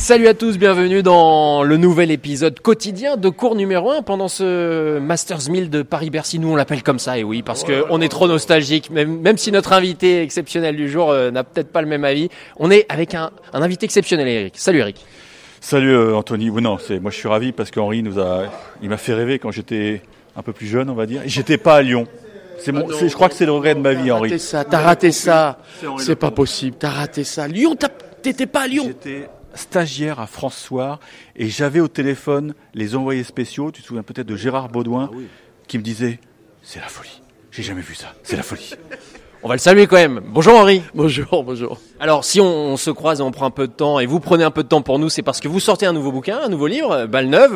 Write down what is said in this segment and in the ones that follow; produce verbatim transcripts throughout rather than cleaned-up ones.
Salut à tous, bienvenue dans le nouvel épisode quotidien de cours numéro un pendant ce Masters mille de Paris-Bercy. Nous on l'appelle comme ça, et oui, parce que on est trop nostalgique, même, même si notre invité exceptionnel du jour euh, n'a peut-être pas le même avis. On est avec un, un invité exceptionnel, Eric. Salut Eric. Salut euh, Anthony. Oui, non, c'est, moi je suis ravi parce qu'Henri nous a, il m'a fait rêver quand j'étais un peu plus jeune, on va dire. Et j'étais pas à Lyon. C'est mon, c'est, je crois que c'est le regret de ma vie, Henri. T'as raté ça, t'as raté ça. C'est, c'est pas possible, t'as raté ça. Lyon, t'as, t'étais pas à Lyon. J'étais stagiaire à France Soir et j'avais au téléphone les envoyés spéciaux, tu te souviens peut-être de Gérard Baudouin, ah oui, qui me disait « C'est la folie, j'ai jamais vu ça, c'est la folie ». On va le saluer quand même. Bonjour Henri. Bonjour, bonjour. Alors si on, on se croise et on prend un peu de temps, et vous prenez un peu de temps pour nous, c'est parce que vous sortez un nouveau bouquin, un nouveau livre, Balle Neuve,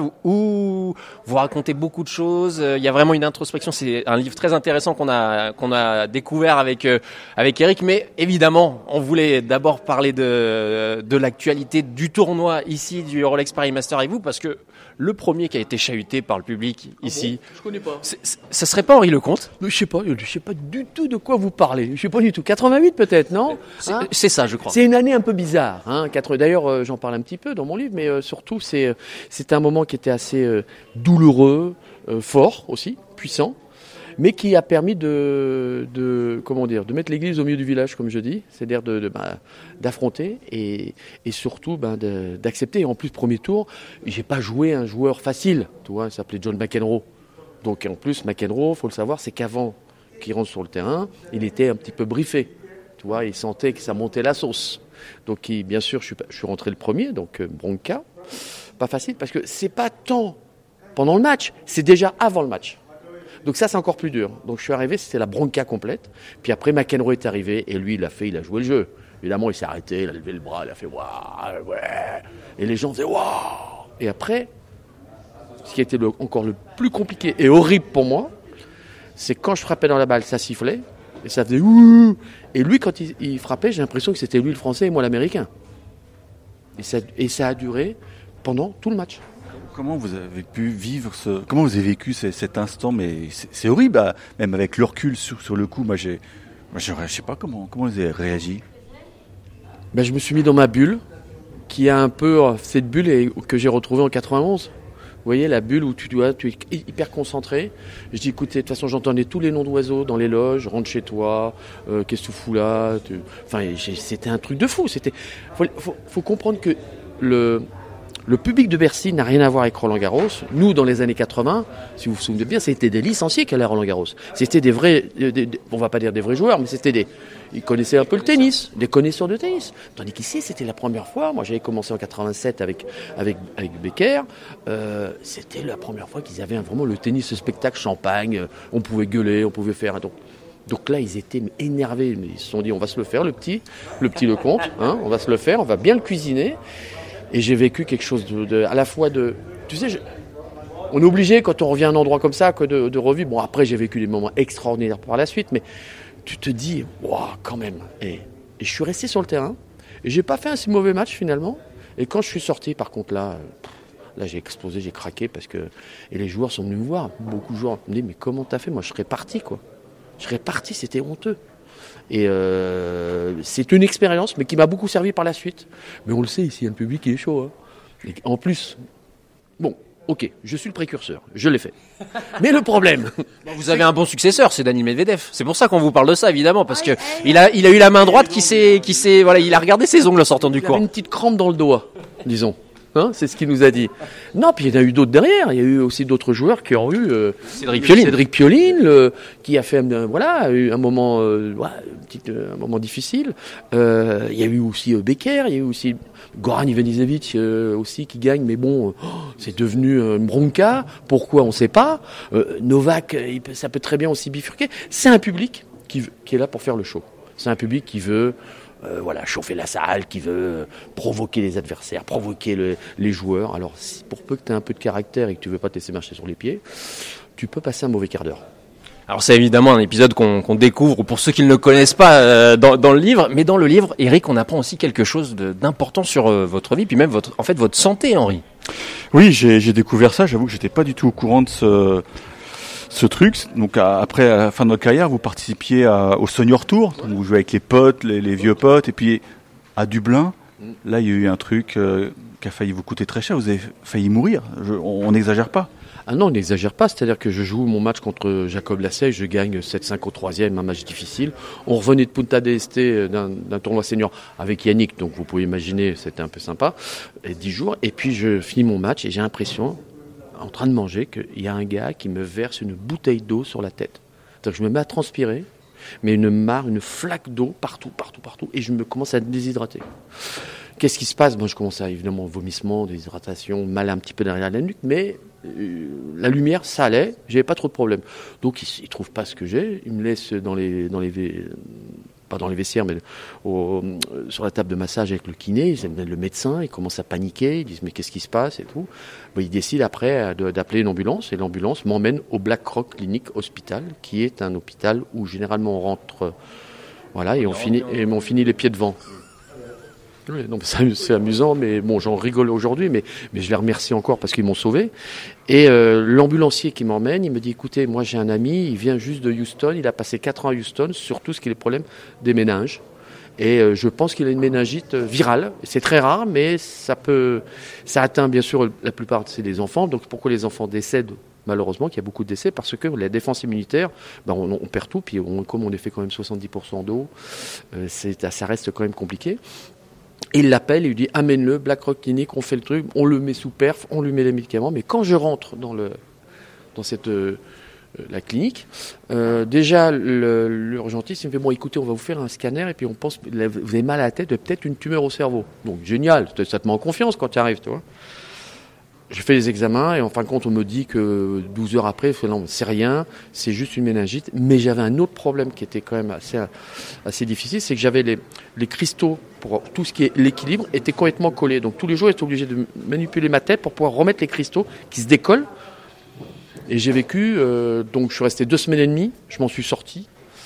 où vous racontez beaucoup de choses. Il y a vraiment une introspection. C'est un livre très intéressant qu'on a qu'on a découvert avec euh, avec Eric. Mais évidemment, on voulait d'abord parler de de l'actualité du tournoi ici du Rolex Paris Master avec vous, parce que le premier qui a été chahuté par le public ici, ah bon, je connais pas. C'est, c'est, ça serait pas Henri Lecomte? Mais je sais pas, je sais pas du tout de quoi vous parlez. Je sais pas du tout. quatre-vingt-huit peut-être, non? C'est, hein c'est ça, je crois. C'est une année un peu bizarre. Hein. D'ailleurs, euh, j'en parle un petit peu dans mon livre, mais euh, surtout, c'est euh, c'est un moment qui était assez euh, douloureux, euh, fort aussi, puissant, mais qui a permis de, de comment dire, de mettre l'église au milieu du village, comme je dis, c'est-à-dire de, de bah, d'affronter et, et surtout bah, de, d'accepter. Et en plus, premier tour, j'ai pas joué un joueur facile, tu vois, il s'appelait John McEnroe. Donc en plus, McEnroe, faut le savoir, c'est qu'avant qu'il rentre sur le terrain, il était un petit peu briefé, tu vois, il sentait que ça montait la sauce. Donc il, bien sûr, je suis, je suis rentré le premier, donc euh, bronca, pas facile parce que c'est pas tant pendant le match, c'est déjà avant le match. Donc ça, c'est encore plus dur. Donc je suis arrivé, c'était la bronca complète. Puis après, McEnroe est arrivé et lui, il a fait, il a joué le jeu. Évidemment, il s'est arrêté, il a levé le bras, il a fait waouh, ouais. Et les gens faisaient waouh. Et après, ce qui a été le, encore le plus compliqué et horrible pour moi, c'est quand je frappais dans la balle, ça sifflait et ça faisait ouh. Et lui, quand il, il frappait, j'ai l'impression que c'était lui le français et moi l'américain. Et ça, et ça a duré pendant tout le match. Comment vous avez pu vivre ce... Comment vous avez vécu ce, cet instant? Mais c'est, c'est horrible, bah, même avec le recul sur, sur le coup. Moi, j'ai, moi, je sais pas comment, comment vous avez réagi. Ben, je me suis mis dans ma bulle, qui a un peu cette bulle et, que j'ai retrouvée en quatre-vingt-onze. Vous voyez, la bulle où tu dois, tu es hyper concentré. Je dis, écoutez, de toute façon, j'entendais tous les noms d'oiseaux dans les loges. Rentre chez toi. Euh, qu'est-ce que tu fous là? tu... Enfin, c'était un truc de fou. C'était. Faut, faut, faut comprendre que le. Le public de Bercy n'a rien à voir avec Roland-Garros. Nous, dans les années quatre-vingts, si vous vous souvenez bien, c'était des licenciés qui allaient à Roland-Garros. C'était des vrais, des, des, on va pas dire des vrais joueurs, mais c'était des, ils connaissaient un peu le tennis, des connaisseurs de tennis. Tandis qu'ici, c'était la première fois. Moi, j'avais commencé en quatre-vingt-sept avec avec avec Becker. Euh, c'était la première fois qu'ils avaient vraiment le tennis, ce spectacle champagne. On pouvait gueuler, on pouvait faire. Donc, donc là, ils étaient énervés. Mais ils se sont dit, on va se le faire, le petit, le petit Lecomte. Hein, on va se le faire, on va bien le cuisiner. Et j'ai vécu quelque chose de, de, à la fois de... Tu sais, je, on est obligé, quand on revient à un endroit comme ça, que de, de revivre. Bon, après, j'ai vécu des moments extraordinaires par la suite, mais tu te dis, waouh, quand même. Et, et je suis resté sur le terrain, et j'ai pas fait un si mauvais match, finalement. Et quand je suis sorti, par contre, là, là j'ai explosé, j'ai craqué, parce que... Et les joueurs sont venus me voir. Beaucoup de joueurs me disent, mais comment t'as fait? Moi, je serais parti, quoi. Je serais parti, c'était honteux. Et euh, c'est une expérience, mais qui m'a beaucoup servi par la suite. Mais on le sait, ici, il y a le public qui est chaud. Hein. Et en plus, bon, ok, je suis le précurseur, je l'ai fait. Mais le problème... Vous avez un bon successeur, c'est Daniil Medvedev. C'est pour ça qu'on vous parle de ça, évidemment, parce que il a, il a eu la main droite qui s'est, qui s'est, voilà, il a regardé ses ongles en sortant du court. Il avait une petite crampe dans le doigt, disons. Hein, c'est ce qu'il nous a dit. Non, puis il y en a eu d'autres derrière. Il y a eu aussi d'autres joueurs qui ont eu euh, Cédric Pioline, Cédric Pioline, le, qui a fait un, voilà, eu un moment, euh, ouais, un, petit, un moment difficile. Euh, il y a eu aussi euh, Becker, il y a eu aussi Goran Ivanisevic euh, aussi qui gagne, mais bon, euh, c'est devenu euh, une bronca. Pourquoi on ne sait pas. Euh, Novak, il peut, ça peut très bien aussi bifurquer. C'est un public qui, qui est là pour faire le show. C'est un public qui veut. Euh, voilà, chauffer la salle, qui veut euh, provoquer les adversaires, provoquer le, les joueurs. Alors, si, pour peu que tu aies un peu de caractère et que tu ne veux pas te laisser marcher sur les pieds, tu peux passer un mauvais quart d'heure. Alors c'est évidemment un épisode qu'on, qu'on découvre pour ceux qui ne le connaissent pas euh, dans, dans le livre, mais dans le livre, Eric, on apprend aussi quelque chose de, d'important sur euh, votre vie, puis même votre, en fait votre santé, Henri. Oui, j'ai, j'ai découvert ça. J'avoue que j'étais pas du tout au courant de ce. Ce truc, donc à, après à la fin de votre carrière, vous participiez à, au Senior Tour, donc vous jouez avec les potes, les, les vieux potes, et puis à Dublin, là il y a eu un truc, euh, qui a failli vous coûter très cher. Vous avez failli mourir. Je, on n'exagère pas. Ah non, on n'exagère pas. C'est-à-dire que je joue mon match contre Jacob Lasseille, je gagne sept cinq au troisième, un match difficile. On revenait de Punta del Este d'un, d'un tournoi senior avec Yannick, donc vous pouvez imaginer, c'était un peu sympa. Et dix jours. Et puis je finis mon match et j'ai l'impression, en train de manger, qu'il y a un gars qui me verse une bouteille d'eau sur la tête. C'est-à-dire que je me mets à transpirer, mais une mare, une flaque d'eau partout, partout, partout, et je me commence à déshydrater. Qu'est-ce qui se passe ? Bon, je commence à, évidemment, vomissement, déshydratation, mal un petit peu derrière la nuque, mais euh, la lumière, ça allait, j'avais pas trop de problème. Donc, ils ne trouvent pas ce que j'ai, ils me laissent dans les, dans les, pas dans les vestiaires, mais au, sur la table de massage avec le kiné, ils amènent le médecin, ils commencent à paniquer, ils disent mais qu'est-ce qui se passe et tout. Bon, ils décident après de, d'appeler une ambulance, et l'ambulance m'emmène au Black Rock Clinic Hospital, qui est un hôpital où généralement on rentre, voilà, et on finit, et on finit les pieds devant. Oui, non, c'est, c'est amusant, mais bon, j'en rigole aujourd'hui, mais, mais je les remercie encore parce qu'ils m'ont sauvé. Et euh, l'ambulancier qui m'emmène, il me dit, écoutez, moi j'ai un ami, il vient juste de Houston, il a passé quatre ans à Houston, sur tout ce qui est les problèmes des méninges. Et euh, je pense qu'il a une méningite virale. C'est très rare, mais ça peut, ça atteint bien sûr la plupart, c'est les enfants. Donc pourquoi les enfants décèdent ? Malheureusement, qu'il y a beaucoup de décès, parce que la défense immunitaire, ben on, on perd tout, puis on, comme on est fait quand même soixante-dix pour cent d'eau, euh, c'est, ça reste quand même compliqué. Et il l'appelle et lui dit amène-le, Black Rock Clinic, on fait le truc, on le met sous perf, on lui met les médicaments. Mais quand je rentre dans, le, dans cette, euh, la clinique, euh, déjà le, l'urgentiste il me fait bon écoutez, on va vous faire un scanner et puis on pense vous avez mal à la tête, peut-être une tumeur au cerveau. Donc génial, ça te met en confiance quand tu arrives, tu vois. Je fais les examens et en fin de compte on me dit que douze heures après, non, c'est rien, c'est juste une méningite. Mais j'avais un autre problème qui était quand même assez, assez difficile, c'est que j'avais les, les cristaux pour tout ce qui est l'équilibre étaient complètement collés. Donc tous les jours j'étais obligé de manipuler ma tête pour pouvoir remettre les cristaux qui se décollent. Et j'ai vécu, euh, donc je suis resté deux semaines et demie, je m'en suis sorti.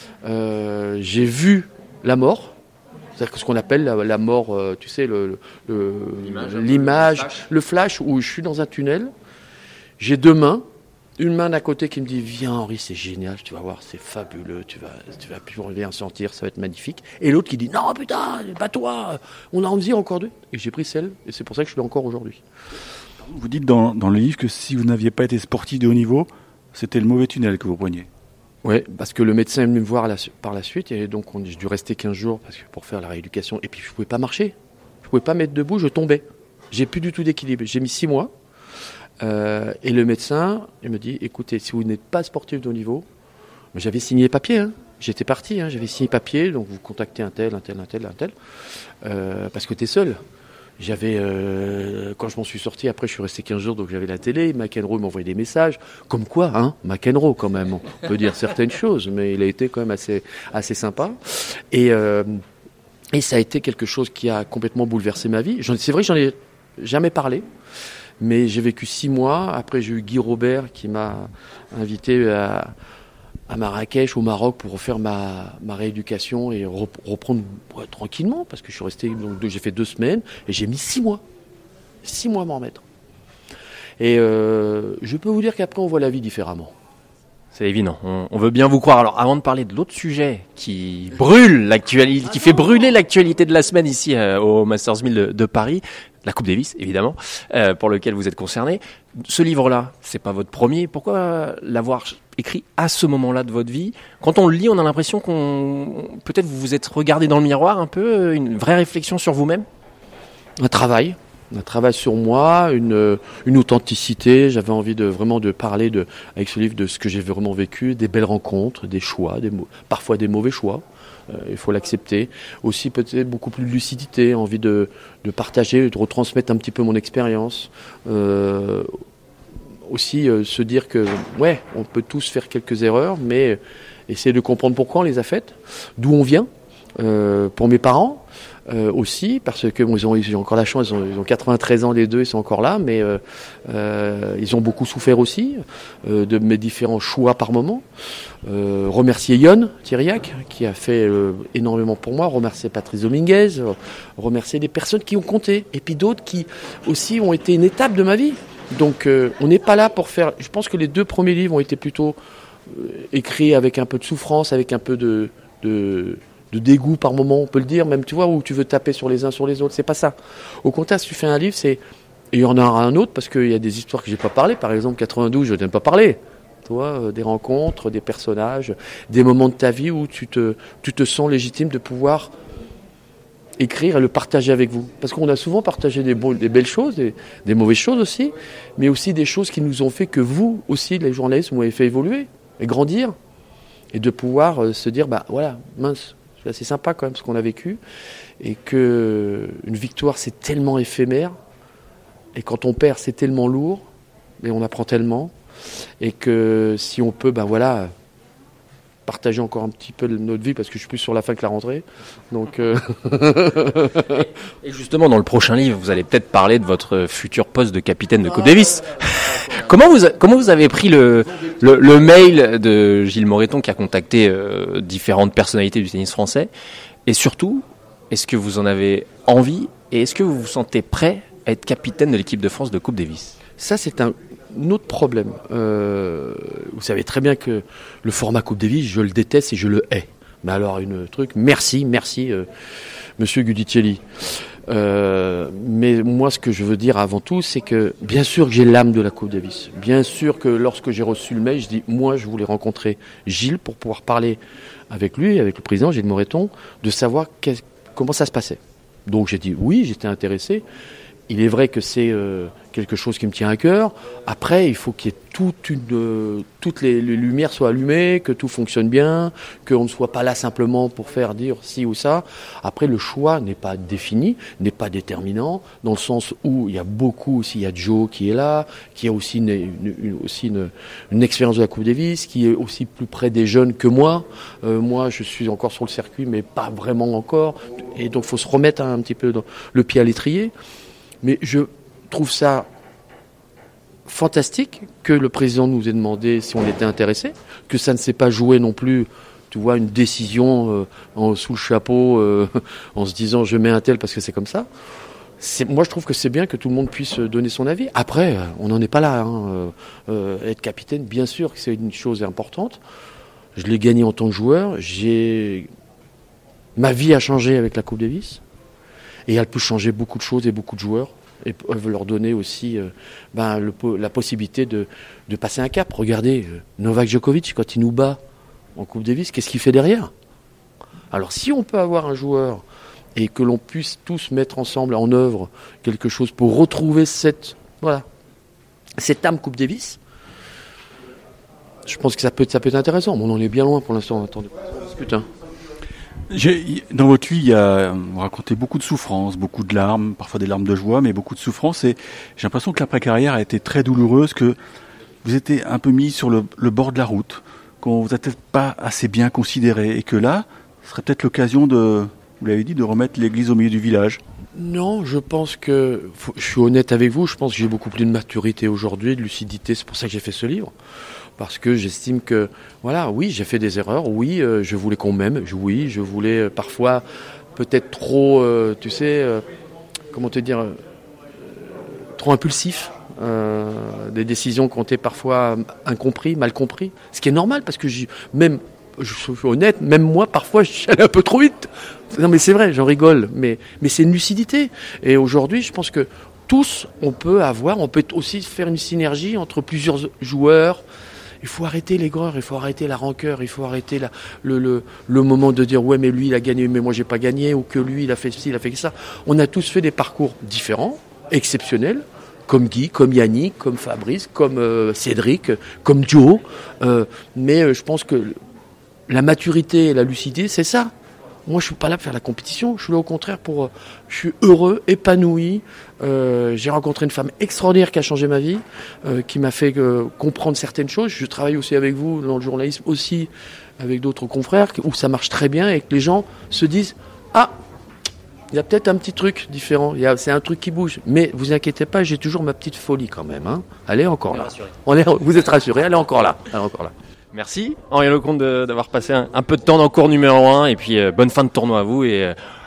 Euh, j'ai vu la mort. C'est-à-dire que ce qu'on appelle la, la mort, euh, tu sais, le, le, l'image, l'image le, flash. le flash où je suis dans un tunnel, j'ai deux mains, une main d'un côté qui me dit « Viens Henri, c'est génial, tu vas voir, c'est fabuleux, tu vas, tu vas plus rien sentir, ça va être magnifique. » Et l'autre qui dit « Non putain, bats-toi, on a envie encore deux. » Et j'ai pris celle, et c'est pour ça que je suis là encore aujourd'hui. Vous dites dans, dans le livre que si vous n'aviez pas été sportif de haut niveau, c'était le mauvais tunnel que vous preniez. Oui, parce que le médecin est venu me voir la, par la suite et donc on, j'ai dû rester quinze jours parce que pour faire la rééducation. Et puis je ne pouvais pas marcher, je ne pouvais pas mettre debout, je tombais. J'ai plus du tout d'équilibre. J'ai mis six mois euh, et le médecin il me dit écoutez, si vous n'êtes pas sportif de haut niveau, j'avais signé papier, hein, j'étais parti, hein, j'avais signé papier, donc vous contactez un tel, un tel, un tel, un tel, euh, parce que tu es seul. J'avais, euh, quand je m'en suis sorti, après je suis resté quinze jours, donc j'avais la télé, McEnroe m'envoyait des messages, comme quoi, hein, McEnroe quand même, on peut dire certaines choses, mais il a été quand même assez, assez sympa. Et, euh, et ça a été quelque chose qui a complètement bouleversé ma vie. J'en, c'est vrai que j'en ai jamais parlé, mais j'ai vécu six mois. Après j'ai eu Guy Robert qui m'a invité à... à Marrakech, au Maroc, pour refaire ma, ma rééducation et reprendre ouais, tranquillement, parce que je suis resté, donc j'ai fait deux semaines, et j'ai mis six mois. Six mois à m'en remettre. Et euh, je peux vous dire qu'après, on voit la vie différemment. C'est évident, on, on veut bien vous croire. Alors, avant de parler de l'autre sujet qui brûle l'actualité, qui fait brûler l'actualité de la semaine ici euh, au Masters mille de, de Paris, la Coupe Davis, évidemment, euh, pour lequel vous êtes concerné. Ce livre-là, c'est pas votre premier. Pourquoi l'avoir écrit à ce moment-là de votre vie ? Quand on le lit, on a l'impression qu'on, peut-être vous vous êtes regardé dans le miroir un peu, une vraie réflexion sur vous-même ? Un travail. Un travail sur moi, une, une authenticité. J'avais envie de vraiment de parler de, avec ce livre de ce que j'ai vraiment vécu, des belles rencontres, des choix, des, parfois des mauvais choix. Euh, il faut l'accepter. Aussi peut-être beaucoup plus de lucidité, envie de, de partager, de retransmettre un petit peu mon expérience. Euh, aussi euh, se dire que ouais, on peut tous faire quelques erreurs, mais essayer de comprendre pourquoi on les a faites, d'où on vient. Euh, pour mes parents. Euh, aussi, parce que bon, ils ont, ils ont encore la chance, ils ont, ils ont quatre-vingt-treize ans les deux, ils sont encore là, mais euh, euh, ils ont beaucoup souffert aussi euh, de mes différents choix par moment. Euh, remercier Yon Thiriac, qui a fait euh, énormément pour moi, remercier Patrice Dominguez, euh, remercier des personnes qui ont compté, et puis d'autres qui aussi ont été une étape de ma vie. Donc euh, on n'est pas là pour faire... Je pense que les deux premiers livres ont été plutôt euh, écrits avec un peu de souffrance, avec un peu de... de de de dégoût par moment, on peut le dire, même tu vois, où tu veux taper sur les uns sur les autres. C'est pas ça. Au contraire, si tu fais un livre, c'est et il y en aura un autre parce qu'il y a des histoires que j'ai pas parlé. Par exemple, quatre-vingt-douze, je n'aime pas parler. Tu vois, euh, des rencontres, des personnages, des moments de ta vie où tu te, tu te sens légitime de pouvoir écrire et le partager avec vous. Parce qu'on a souvent partagé des, beaux, des belles choses, des, des mauvaises choses aussi, mais aussi des choses qui nous ont fait que vous aussi, les journalistes, vous m'avez fait évoluer et grandir. Et de pouvoir euh, se dire, bah voilà, mince, c'est assez sympa quand même ce qu'on a vécu. Et que une victoire, c'est tellement éphémère. Et quand on perd, c'est tellement lourd. Et on apprend tellement. Et que si on peut, ben voilà, partager encore un petit peu de notre vie, parce que je suis plus sur la fin que la rentrée. Donc, euh... et justement, dans le prochain livre, vous allez peut-être parler de votre futur poste de capitaine de Coupe Davis. Comment vous, comment vous avez pris le, le, le mail de Gilles Moreton qui a contacté euh, différentes personnalités du tennis français? Et surtout, est-ce que vous en avez envie et est-ce que vous vous sentez prêt à être capitaine de l'équipe de France de Coupe Davis? Ça, c'est un autre problème. Euh, vous savez très bien que le format Coupe Davis, je le déteste et je le hais. Mais alors, une truc, merci, merci, euh, Monsieur Gudicelli. Euh, mais moi, ce que je veux dire avant tout, c'est que bien sûr que j'ai l'âme de la Coupe Davis. Bien sûr que lorsque j'ai reçu le mail, je dis, moi, je voulais rencontrer Gilles pour pouvoir parler avec lui, avec le président Gilles Moreton, de savoir comment ça se passait. Donc j'ai dit oui, j'étais intéressé. Il est vrai que c'est euh, quelque chose qui me tient à cœur. Après, il faut qu'il y ait toute une, euh, toutes les, les lumières soient allumées, que tout fonctionne bien, qu'on ne soit pas là simplement pour faire dire ci ou ça. Après, le choix n'est pas défini, n'est pas déterminant, dans le sens où il y a beaucoup aussi, il y a Joe qui est là, qui a aussi une, une, une, aussi une, une expérience de la Coupe Davis, qui est aussi plus près des jeunes que moi. Euh, moi, je suis encore sur le circuit, mais pas vraiment encore. Et donc, il faut se remettre un petit peu dans le pied à l'étrier. Mais je trouve ça fantastique que le président nous ait demandé si on était intéressé, que ça ne s'est pas joué non plus, tu vois, une décision euh, en, sous le chapeau, euh, en se disant je mets un tel parce que c'est comme ça. C'est, moi, je trouve que c'est bien que tout le monde puisse donner son avis. Après, on n'en est pas là. Hein. Euh, euh, être capitaine, bien sûr que c'est une chose importante. Je l'ai gagné en tant que joueur. J'ai... Ma vie a changé avec la Coupe Davis. Et elle peut changer beaucoup de choses et beaucoup de joueurs et peuvent leur donner aussi euh, ben, le, la possibilité de, de passer un cap. Regardez, euh, Novak Djokovic, quand il nous bat en Coupe Davis, qu'est-ce qu'il fait derrière? Alors si on peut avoir un joueur et que l'on puisse tous mettre ensemble en œuvre quelque chose pour retrouver cette, voilà, cette âme Coupe Davis, je pense que ça peut, ça peut être intéressant. Bon, on en est bien loin pour l'instant. Attendez, on discute, hein. J'ai, dans votre vie, il y a, vous racontez beaucoup de souffrances, beaucoup de larmes, parfois des larmes de joie, mais beaucoup de souffrances. Et j'ai l'impression que l'après-carrière a été très douloureuse, que vous étiez un peu mis sur le, le bord de la route, qu'on vous a peut-être pas assez bien considéré, et que là, ce serait peut-être l'occasion de, vous l'avez dit, de remettre l'église au milieu du village. Non, je pense que, faut, je suis honnête avec vous, je pense que j'ai beaucoup plus de maturité aujourd'hui, de lucidité, c'est pour ça que j'ai fait ce livre. Parce que j'estime que, voilà, oui, j'ai fait des erreurs, oui, euh, je voulais qu'on m'aime, oui, je voulais euh, parfois peut-être trop, euh, tu sais, euh, comment te dire, euh, trop impulsif, euh, des décisions qui ont été parfois incompris, mal compris, ce qui est normal parce que j'ai, même, je suis honnête, même moi, parfois, j'allais un peu trop vite. Non, mais c'est vrai, j'en rigole, mais, mais c'est une lucidité. Et aujourd'hui, je pense que tous, on peut avoir, on peut aussi faire une synergie entre plusieurs joueurs. Il faut arrêter l'aigreur, il faut arrêter la rancœur, il faut arrêter la, le, le, le moment de dire ouais mais lui il a gagné mais moi j'ai pas gagné, ou que lui il a fait ci, il a fait ça. On a tous fait des parcours différents, exceptionnels, comme Guy, comme Yannick, comme Fabrice, comme euh, Cédric, comme Joe. Euh, mais euh, je pense que la maturité et la lucidité, c'est ça. Moi, je suis pas là pour faire la compétition. Je suis là au contraire pour. Euh, je suis heureux, épanoui. Euh, j'ai rencontré une femme extraordinaire qui a changé ma vie, euh, qui m'a fait euh, comprendre certaines choses. Je travaille aussi avec vous dans le journalisme, aussi avec d'autres confrères, où ça marche très bien et que les gens se disent ah, il y a peut-être un petit truc différent. Il y a, c'est un truc qui bouge. Mais vous inquiétez pas, j'ai toujours ma petite folie quand même. Hein. Elle est encore là. On est, vous êtes rassurés. Elle est encore là. Elle est encore là. Merci Henri Lecomte de, d'avoir passé un, un peu de temps dans le cours numéro un et puis euh, bonne fin de tournoi à vous et euh,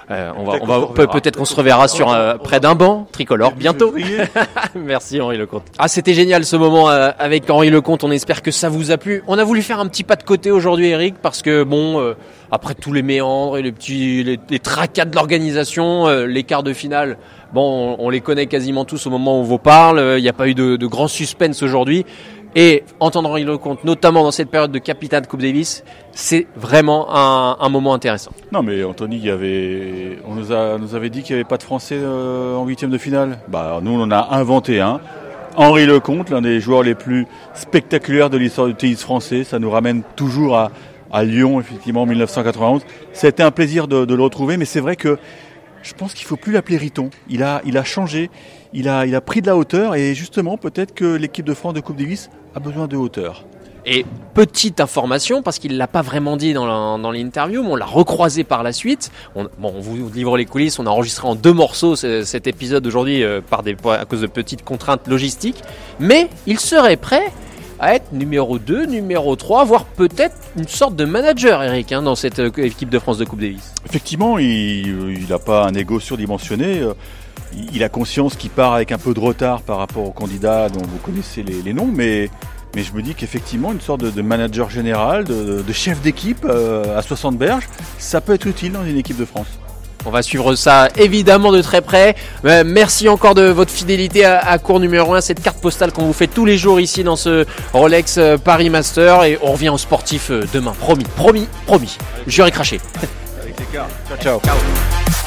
Euh, on va, on va peut, peut-être qu'on se reverra sur euh, près d'un banc tricolore bientôt. Merci Henri Lecomte. Ah, c'était génial ce moment euh, avec Henri Lecomte. On espère que ça vous a plu. On a voulu faire un petit pas de côté aujourd'hui, Eric, parce que bon, euh, après tous les méandres et les petits, les, les tracas de l'organisation, euh, les quarts de finale, bon, on, on les connaît quasiment tous au moment où on vous parle. Il n'y a pas eu de, de grand suspense aujourd'hui. Et entendre Henri Lecomte, notamment dans cette période de capitaine de Coupe Davis, c'est vraiment un, un moment intéressant. Non mais Anthony, il y avait, on nous, a, nous avait dit qu'il n'y avait pas de Français euh, en huitième de finale. Bah nous on en a inventé un. Henri Lecomte, l'un des joueurs les plus spectaculaires de l'histoire du tennis français. Ça nous ramène toujours à, à Lyon, effectivement, en dix-neuf cent quatre-vingt-onze. C'était un plaisir de, de le retrouver, mais c'est vrai que je pense qu'il ne faut plus l'appeler Riton. Il a, il a changé, il a, il a pris de la hauteur et justement peut-être que l'équipe de France de Coupe Davis a besoin de hauteur. Et petite information, parce qu'il ne l'a pas vraiment dit dans, la, dans l'interview, mais on l'a recroisé par la suite. On, bon, on vous livre les coulisses, on a enregistré en deux morceaux ce, cet épisode aujourd'hui euh, par des, à cause de petites contraintes logistiques. Mais il serait prêt à être numéro deux, numéro trois, voire peut-être une sorte de manager, Eric, hein, dans cette euh, équipe de France de Coupe Davis. Effectivement, il n'a pas un ego surdimensionné. Il a conscience qu'il part avec un peu de retard par rapport aux candidats dont vous connaissez les, les noms, mais, mais je me dis qu'effectivement, une sorte de, de manager général, de, de chef d'équipe euh, à soixante berges, ça peut être utile dans une équipe de France. On va suivre ça évidemment de très près. Euh, merci encore de votre fidélité à, à cours numéro un, cette carte postale qu'on vous fait tous les jours ici dans ce Rolex euh, Paris Master. Et on revient au sportif euh, demain, promis, promis, promis. J'aurais craché. Avec les cartes. Ciao, ciao. Ciao.